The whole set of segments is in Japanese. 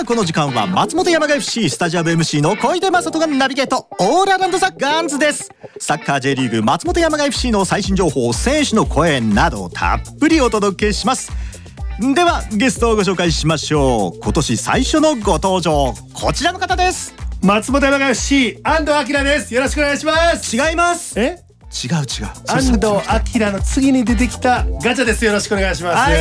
この時間は松本山雅 FC スタジアム MC の小出正人がナビゲートオールアラウンドザガンズです。サッカー J リーグ松本山雅 FC の最新情報、選手の声などたっぷりお届けします。ではゲストをご紹介しましょう。今年最初のご登場、こちらの方です。 松本山雅 FC 安藤明です。よろしくお願いします。 違います。 違う安藤明の次に出てきたガチャです。よろしくお願いします。 はい、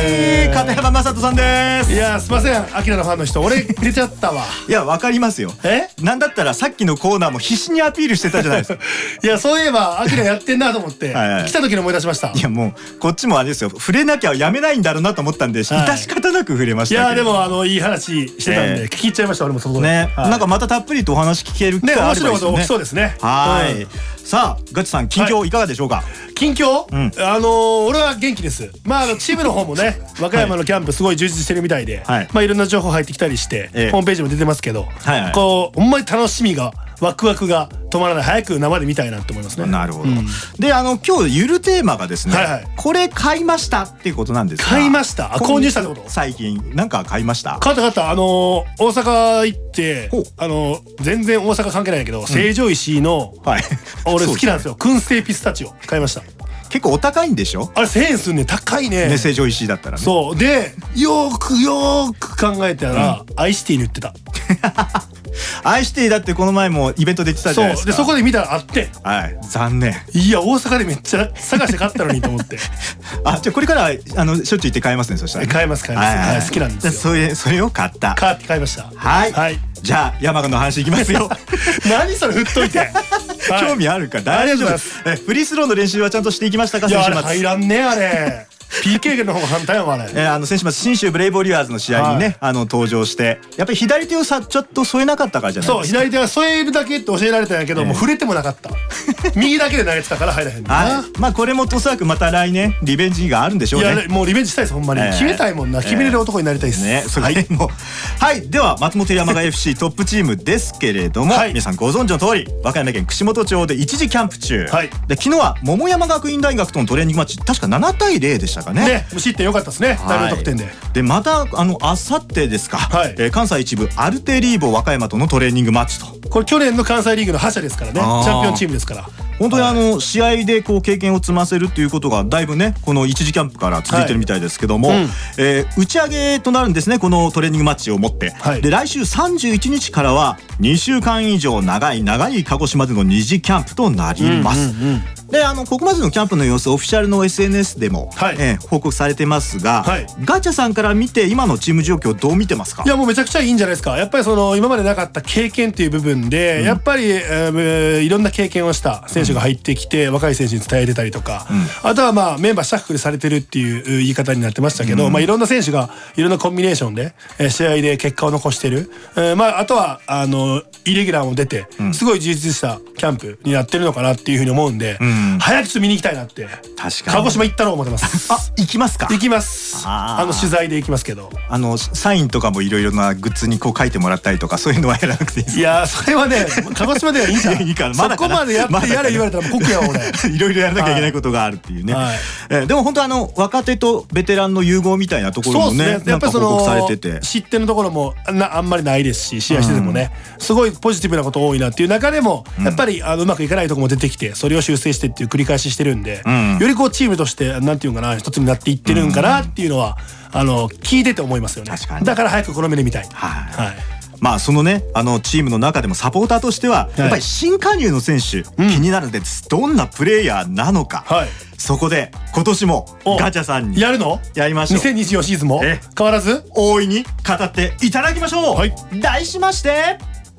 片山雅人さんです。 いや、すいません、明のファンの人、俺出ちゃったわ。 いや、わかりますよ。なんだったらさっきのコーナーも必死にアピールしてたじゃないですか。 いや、そういえば明やってんなと思って来た時に思い出しました。 いや、もうこっちもあれですよ、触れなきゃやめないんだろうなと思ったんで、致し方なく触れましたけど。 いや、でもいい話してたんで聞き入っちゃいました。俺もそこでね、なんかまたたっぷりとお話聞けるね、面白いこと起きそうですね。 はい。さあ、ガチさん、近況いかがでしょうか。 近況、俺は元気です。チームの方もね、和歌山のキャンプすごい充実してるみたいで、いろんな情報入ってきたりして、ホームページも出てますけど、こうほんまに楽しみがワクワクが止まらない。早く生で見たいなって思いますね。 なるほど。で、今日ゆるテーマがですね、これ買いましたっていうことなんですが。 買いました。購入したってこと？ 最近なんか買いました？ 買った。大阪行って全然大阪関係ないけど、成城石井の俺好きなんですよ、燻製ピスタチオ買いました。 結構お高いんでしょ？あれ 1000円すんね。高いね。 成城石井だったらね。 そうで、よーく考えたらアイシティに売ってた。 アイシティだってこの前もイベントで言ってたじゃないですか。 そこで見たらあって、 残念。 いや、大阪でめっちゃ探して買ったのにと思って。 じゃあこれからはしょっちゅう行って買えますね。そしたら買えます。好きなんですよ。それを買いました。 はい。じゃあ山鹿の話いきますよ。 何それ、振っといて。 興味あるか。大丈夫です。フリースローの練習はちゃんとしていきましたか？ いや、あれ入らんね、あれ。PK の方が反対やもん、あれ。 先週信州ブレイブウォリアーズの試合にね、登場して、やっぱり左手をちょっと添えなかったからじゃないですか。 そう、左手は添えるだけって教えられたんやけど、もう触れてもなかった。右だけで投げてたから入らへんな。 まあこれもおそらくまた来年リベンジがあるんでしょうね。 いや、もうリベンジしたいです、ほんまに。決めたいもんな。決めれる男になりたいですね。 はい。では松本山雅 FC トップチームですけれども、皆さんご存知の通り、和歌山県串本町で一時キャンプ中で、昨日は桃山学院大学とのトレーニングマッチ、確か7対0でしたかね。 無失点良かったですね。大量得点で。 で、またあさってですか、関西一部アルテリーボ和歌山とのトレーニングマッチと。 これ去年の関西リーグの覇者ですからね。チャンピオンチームですから。 本当に試合でこう経験を積ませるっていうことがだいぶね、この一時キャンプから続いてるみたいですけども、打ち上げとなるんですね、このトレーニングマッチをもって。で、来週31日からは2週間以上長い鹿児島での二次キャンプとなります。で、ここまでのキャンプの様子、オフィシャルの SNS でも報告されてますが、ガチャさんから見て今のチーム状況どう見てますか？ いや、もうめちゃくちゃいいんじゃないですか。やっぱり今までなかった経験っていう部分で、やっぱりいろんな経験をした選手が入ってきて、若い選手に伝えてたりとか、あとはメンバーシャッフルされてるっていう言い方になってましたけど、いろんな選手がいろんなコンビネーションで試合で結果を残してる。あとはイレギュラーも出て、すごい充実したキャンプになってるのかなっていうふうに思うんで、早くちょっと見に行きたいなって。 確かに鹿児島行ったろう思ってます。 行きますか？ 行きます。取材で行きますけど、 サインとかもいろいろなグッズにこう書いてもらったりとか、そういうのはやらなくていいですか？ いや、それはね、鹿児島ではいいんじゃん。 いいかな。 そこまでやってやれ言われたら酷やわ、俺。 いろいろやらなきゃいけないことがあるっていうね。でも本当若手とベテランの融合みたいなところもね、やっぱり報告されてて、 失点のところもあんまりないですし、試合しててもね、すごいポジティブなこと多いなっていう中でも、やっぱりうまくいかないところも出てきて、それを修正してっていう繰り返ししてるんで、よりこうチームとしてなんていうかな、一つになっていってるんかなっていうのは聞いてて思いますよね。だから早くこの目で見たい。 まあそのね、チームの中でもサポーターとしてはやっぱり新加入の選手気になるんです。どんなプレイヤーなのか。そこで今年もガチャさんにやるの？ やりましょう。 2024シーズンも変わらず大いに語っていただきましょう。題しまして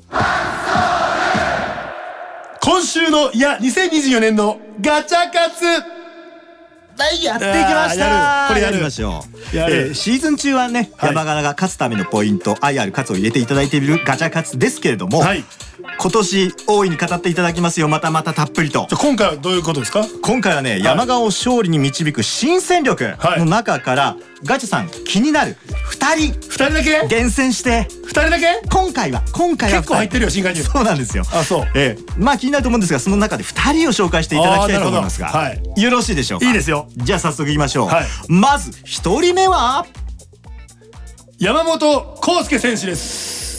今週の、いや2024年のガチャ活。 やっていきました。これやりましょう。シーズン中はね、山鹿が勝つためのポイント IR 勝つを入れていただいているガチャ活ですけれども、今年大いに語っていただきますよ。またたっぷりと。 今回はどういうことですか？今回はね、山鹿を勝利に導く新戦力の中からガチャさん気になる2人だけ厳選して、 2人だけ今回は結構入ってるよ、新加入。 そうなんですよ。 そう。 まあ気になると思うんですが、その中で2人を紹介していただきたいと思いますが、よろしいでしょうか？ いいですよ。 じゃあ早速いきましょう。まず1人目は山本康介選手です。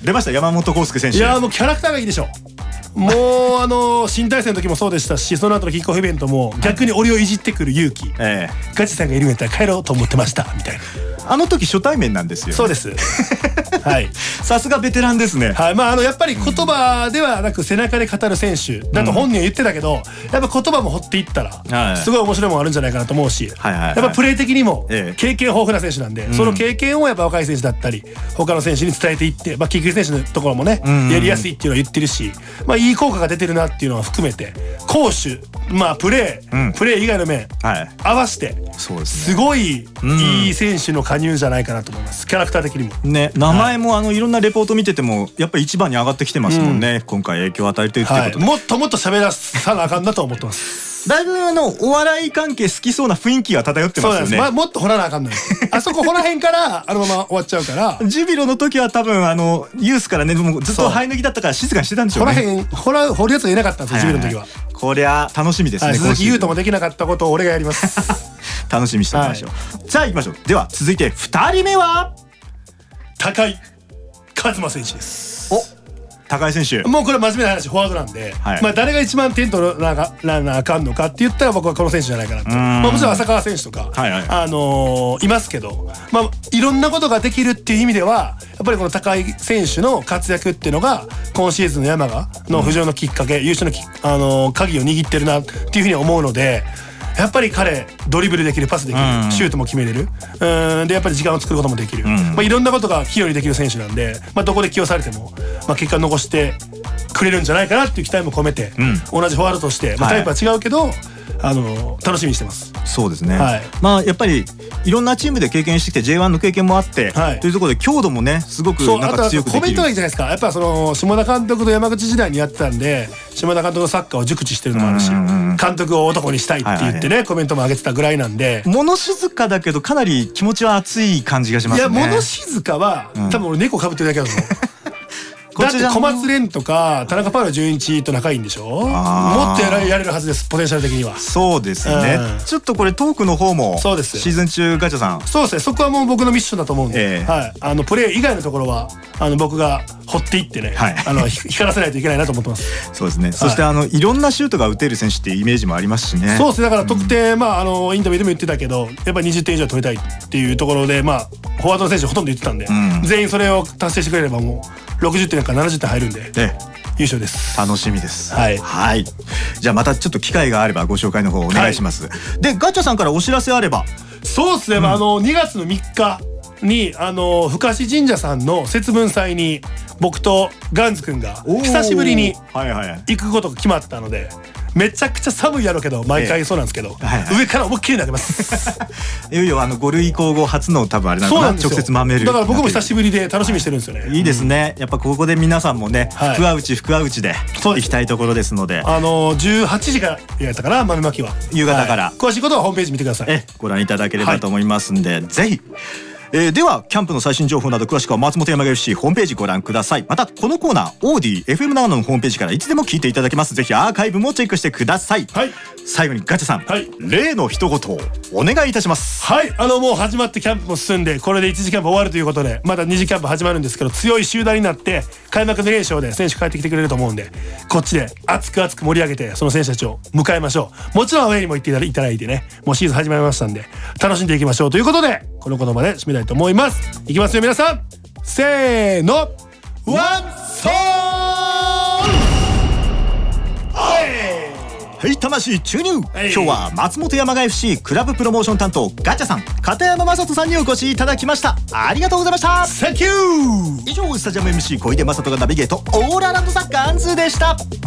出ました山本康介選手。 いやもうキャラクターがいいでしょ。もう新体制の時もそうでしたし、その後のキックオフイベントも逆に俺をいじってくる勇気、ガチさんがいるんやったら帰ろうと思ってましたみたいな。 あの時初対面なんですよ、ね、 そうですはい、 さすがベテランですね。 はい、まあやっぱり言葉ではなく背中で語る選手だと本人は言ってたけど、やっぱ言葉も掘っていったらすごい面白いものあるんじゃないかなと思うし、やっぱプレー的にも経験豊富な選手なんで、その経験をやっぱ若い選手だったり他の選手に伝えていって、キック選手のところもねやりやすいっていうのを言ってるし、いい効果が出てるなっていうのは含めて攻守プレー以外の面合わせてすごいいい選手の加入じゃないかなと思います。キャラクター的にもね、名前もいろんなレポート見ててもやっぱり一番に上がってきてますもんね、今回影響を与えているってことで、 もっともっと喋らさなあかんなと思ってます。 だいぶお笑い関係好きそうな雰囲気が漂ってますよね。 もっと掘らなあかんのよあそこ掘らへんからあのまま終わっちゃうからジュビロの時は多分ユースからねもうずっと生え抜きだったから静かにしてたんでしょうね。 掘るやつがいなかったんですよ、ジュビロの時は。 こりゃ楽しみですね。 鈴木優斗もできなかったことを俺がやります楽しみにしておきましょう。じゃあ行きましょう。では続いて2人目は高井和馬選手です。 高井選手、 もうこれ真面目な話、フォワードなんで、誰が一番点取らなあかんのかって言ったら僕はこの選手じゃないかなと。もちろん浅川選手とかいますけど、いろんなことができるっていう意味ではやっぱりこの高井選手の活躍っていうのが今シーズンの山賀の浮上のきっかけ、優勝の鍵を握ってるなっていうふうに思うので、やっぱり彼ドリブルできる、パスできる、シュートも決めれる、でやっぱり時間を作ることもできる、いろんなことが器用にできる選手なんで、どこで起用されても、結果残してくれるんじゃないかなっていう期待も込めて、同じフォワードとして、タイプは違うけど楽しみにしてます。 そうですね、やっぱりいろんなチームで経験してきて J1 の経験もあって、というところで強度もねすごくなんか強くできる。 コメントがいいじゃないですか。やっぱ下田監督と山口時代にやってたんで、下田監督のサッカーを熟知してるのもあるし、監督を男にしたいって言ってねコメントも上げてたぐらいなんで、 物静かだけどかなり気持ちは熱い感じがしますね。 いや物静かは多分俺猫かぶってるだけだと思うだって小松蓮とか田中パウロ純一と仲いいんでしょ。もっとやれるはずです、ポテンシャル的には。 そうですね、ちょっとこれトークの方もシーズン中ガチャさん、 そうですね、そこはもう僕のミッションだと思うんで、プレー以外のところは僕が掘っていってね、光らせないといけないなと思ってます。 そうですね、そしていろんなシュートが打てる選手っていうイメージもありますしね。 そうですね、だから得点インタビューでも言ってたけどやっぱり20点以上取りたいっていうところで、フォワードの選手ほとんど言ってたんで、全員それを達成してくれればもう60点から70点入るんで、優勝です。 楽しみです。はい。じゃあまたちょっと機会があればご紹介の方お願いします。でガチャさんからお知らせあれば。 そうですね、2月の3日に深志神社さんの節分祭に僕とガンズくんが久しぶりに行くことが決まったので、めちゃくちゃ寒いやろうけど毎回そうなんですけど、上から思いっきり投げますいよいよ5類移行後初の多分あれなんかな、直接豆る。 だから僕も久しぶりで楽しみにしてるんですよね。 いいですね、やっぱここで皆さんもね福は内で行きたいところですので、 18時からやったかな、豆まきは夕方から。 詳しいことはホームページ見てください。 ご覧いただければと思いますんで、ぜひ。ではキャンプの最新情報など詳しくは松本山雅 FC ホームページご覧ください。またこのコーナーオーディ FM 長野のホームページからいつでも聞いていただけます。ぜひアーカイブもチェックしてください。最後にガチャさん、例の一言をお願いいたします。 もう始まってキャンプも進んで、これで1次キャンプ終わるということで、まだ2次キャンプ始まるんですけど、強い集団になって開幕2連勝で選手帰ってきてくれると思うんで、こっちで熱く盛り上げてその選手たちを迎えましょう。もちろんアウェイにも行っていただいてね、もうシーズン始まりましたんで楽しんでいきましょうということで、この言葉で締めたいと思います。いきますよ皆さん、せーの、ワンソー魂注入。今日は松本山雅 FC クラブプロモーション担当ガチャさん、片山雅人さんにお越しいただきました。ありがとうございました。 サンキュー。 以上スタジアム MC 小出雅人がナビゲートオールアラウンドザガンズでした。